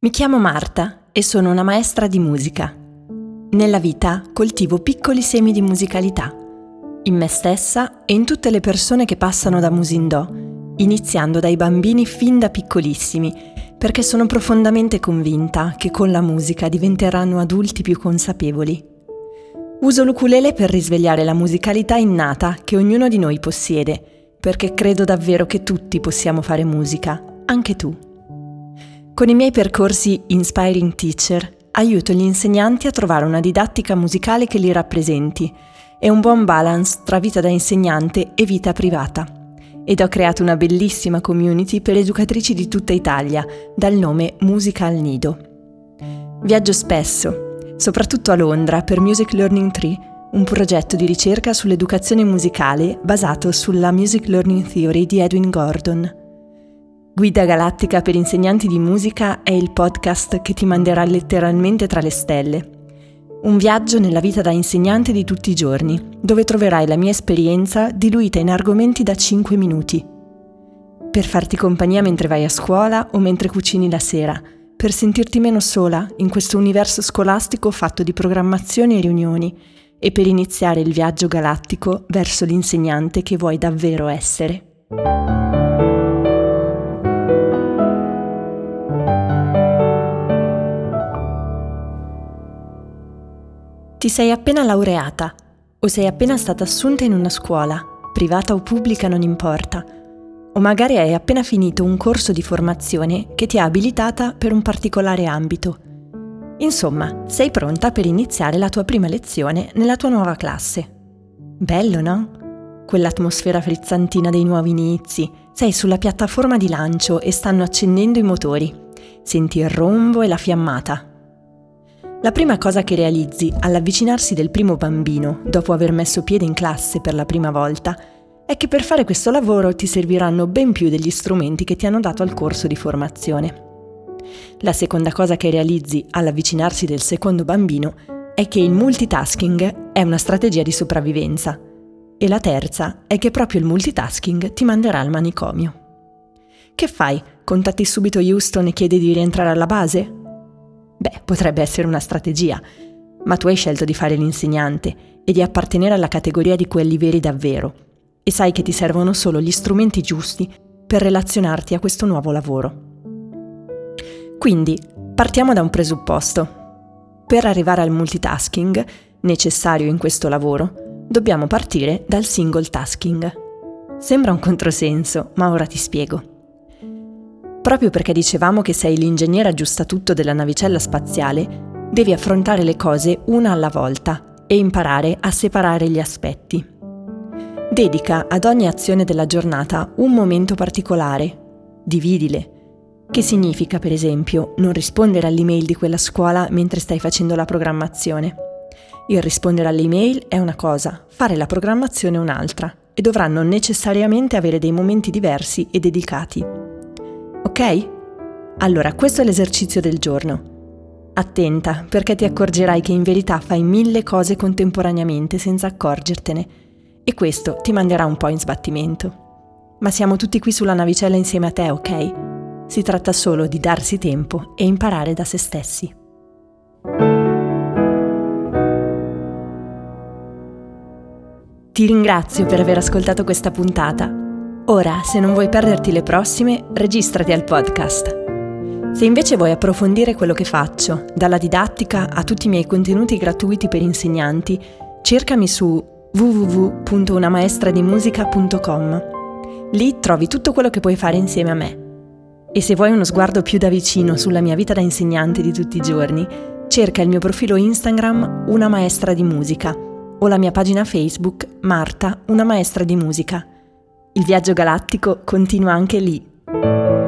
Mi chiamo Marta e sono una maestra di musica. Nella vita coltivo piccoli semi di musicalità, in me stessa e in tutte le persone che passano da Musindò, iniziando dai bambini fin da piccolissimi, perché sono profondamente convinta che con la musica diventeranno adulti più consapevoli. Uso l'ukulele per risvegliare la musicalità innata che ognuno di noi possiede, perché credo davvero che tutti possiamo fare musica, anche tu. Con i miei percorsi Inspiring Teacher aiuto gli insegnanti a trovare una didattica musicale che li rappresenti e un buon balance tra vita da insegnante e vita privata. Ed ho creato una bellissima community per educatrici di tutta Italia, dal nome Musica al Nido. Viaggio spesso, soprattutto a Londra, per Music Learning Tree, un progetto di ricerca sull'educazione musicale basato sulla Music Learning Theory di Edwin Gordon. Guida Galattica per insegnanti di musica è il podcast che ti manderà letteralmente tra le stelle. Un viaggio nella vita da insegnante di tutti i giorni, dove troverai la mia esperienza diluita in argomenti da 5 minuti. Per farti compagnia mentre vai a scuola o mentre cucini la sera, per sentirti meno sola in questo universo scolastico fatto di programmazioni e riunioni, e per iniziare il viaggio galattico verso l'insegnante che vuoi davvero essere. Ti sei appena laureata o sei appena stata assunta in una scuola, privata o pubblica non importa, o magari hai appena finito un corso di formazione che ti ha abilitata per un particolare ambito. Insomma, sei pronta per iniziare la tua prima lezione nella tua nuova classe. Bello, no? Quell'atmosfera frizzantina dei nuovi inizi, sei sulla piattaforma di lancio e stanno accendendo i motori. Senti il rombo e la fiammata. La prima cosa che realizzi all'avvicinarsi del primo bambino, dopo aver messo piede in classe per la prima volta, è che per fare questo lavoro ti serviranno ben più degli strumenti che ti hanno dato al corso di formazione. La seconda cosa che realizzi all'avvicinarsi del secondo bambino è che il multitasking è una strategia di sopravvivenza. E la terza è che proprio il multitasking ti manderà al manicomio. Che fai? Contatti subito Houston e chiedi di rientrare alla base? Beh, potrebbe essere una strategia, ma tu hai scelto di fare l'insegnante e di appartenere alla categoria di quelli veri davvero, e sai che ti servono solo gli strumenti giusti per relazionarti a questo nuovo lavoro. Quindi, partiamo da un presupposto. Per arrivare al multitasking, necessario in questo lavoro, dobbiamo partire dal single tasking. Sembra un controsenso, ma ora ti spiego. Proprio perché dicevamo che sei l'ingegnere aggiustatutto della navicella spaziale, devi affrontare le cose una alla volta e imparare a separare gli aspetti. Dedica ad ogni azione della giornata un momento particolare. Dividile. Che significa, per esempio, non rispondere all'email di quella scuola mentre stai facendo la programmazione. Il rispondere alle email è una cosa, fare la programmazione è un'altra, e dovranno necessariamente avere dei momenti diversi e dedicati. Ok? Allora, questo è l'esercizio del giorno. Attenta, perché ti accorgerai che in verità fai 1000 cose contemporaneamente senza accorgertene, e questo ti manderà un po' in sbattimento. Ma siamo tutti qui sulla navicella insieme a te, ok? Si tratta solo di darsi tempo e imparare da se stessi. Ti ringrazio per aver ascoltato questa puntata. Ora, se non vuoi perderti le prossime, registrati al podcast. Se invece vuoi approfondire quello che faccio, dalla didattica a tutti i miei contenuti gratuiti per insegnanti, cercami su www.unamaestradimusica.com. Lì trovi tutto quello che puoi fare insieme a me. E se vuoi uno sguardo più da vicino sulla mia vita da insegnante di tutti i giorni, cerca il mio profilo Instagram Una Maestra di Musica o la mia pagina Facebook Marta, una maestra di musica. Il viaggio galattico continua anche lì.